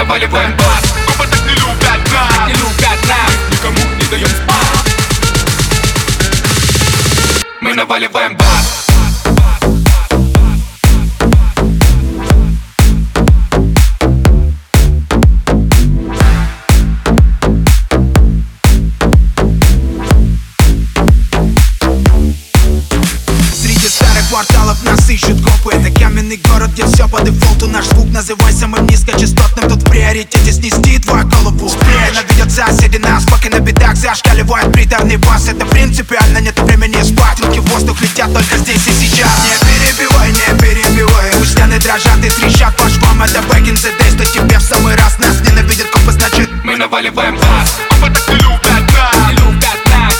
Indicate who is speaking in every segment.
Speaker 1: наваливаем бас. Копы так не любят нас, не любят нас. Никому не даем спать. Мы наваливаем бас.
Speaker 2: Кварталов нас ищут копы. Это каменный город, где все по дефолту. Наш звук называй самым низкочастотным. Тут в приоритете снести твою голову. Ненавидят соседи нас, пока на бедах зашкаливает приторный бас. Это принципиально, нет времени спать. Руки в воздух летят только здесь и сейчас. Не перебивай, не перебивай. Пусть стены дрожат и трещат по швам. Это back in the days, то тебе в самый раз. Нас ненавидят копы, значит
Speaker 1: мы наваливаем бас. Копы так не любят нас, не любят нас.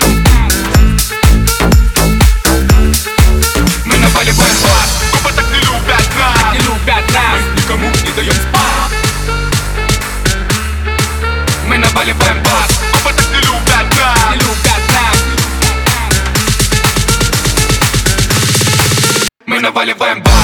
Speaker 1: Мы наваливаем бас. Копы так не любят нас, не любят нас. Никому не даем спать. Мы наваливаем бас. Копы так не любят нас, не любят нас. Мы наваливаем бас.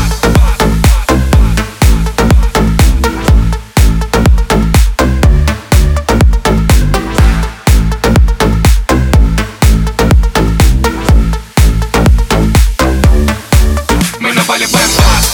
Speaker 1: Наваливаем бас.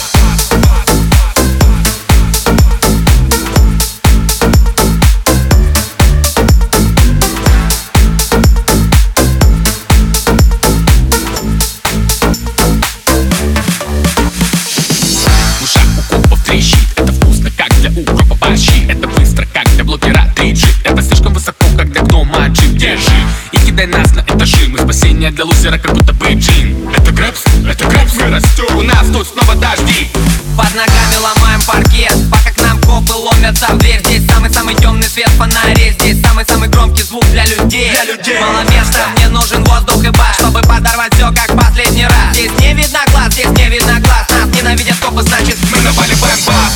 Speaker 1: В ушах у копов трещит. Это вкусно, как для укропа борщи. Это быстро, как для блогера 3G. Это слишком высоко, как для гнома джип. Держи и кидай нас на этажи. Мы спасение для лузера, как будто бы джин. Это грэпс, мы растем. У нас тут снова дожди.
Speaker 3: Под ногами ломаем паркет, пока к нам копы ломятся в дверь. Здесь самый-самый темный свет фонарей. Здесь самый-самый громкий звук для людей. Мало места, мне нужен воздух и бас, чтобы подорвать все как последний раз. Здесь не видно глаз, здесь не видно глаз. Нас ненавидят копы, значит
Speaker 1: мы наваливаем бас.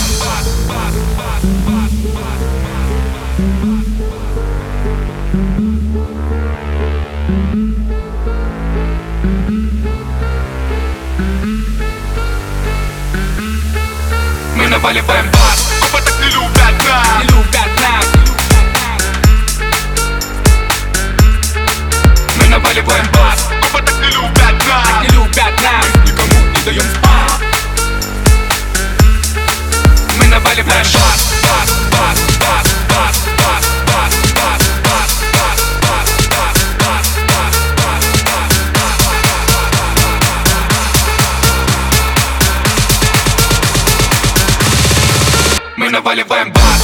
Speaker 1: Мы наваливаем бас. Копы так не любят нас, не любят нас. Мы наваливаем бас. Копы так не любят нас, не любят нас. Никому не даем спать. Мы наваливаем бас, бас, бас, бас, бас, бас, бас, бас, бас, бас, бас, бас, бас, бас, бас, бас. Мы наваливаем бас.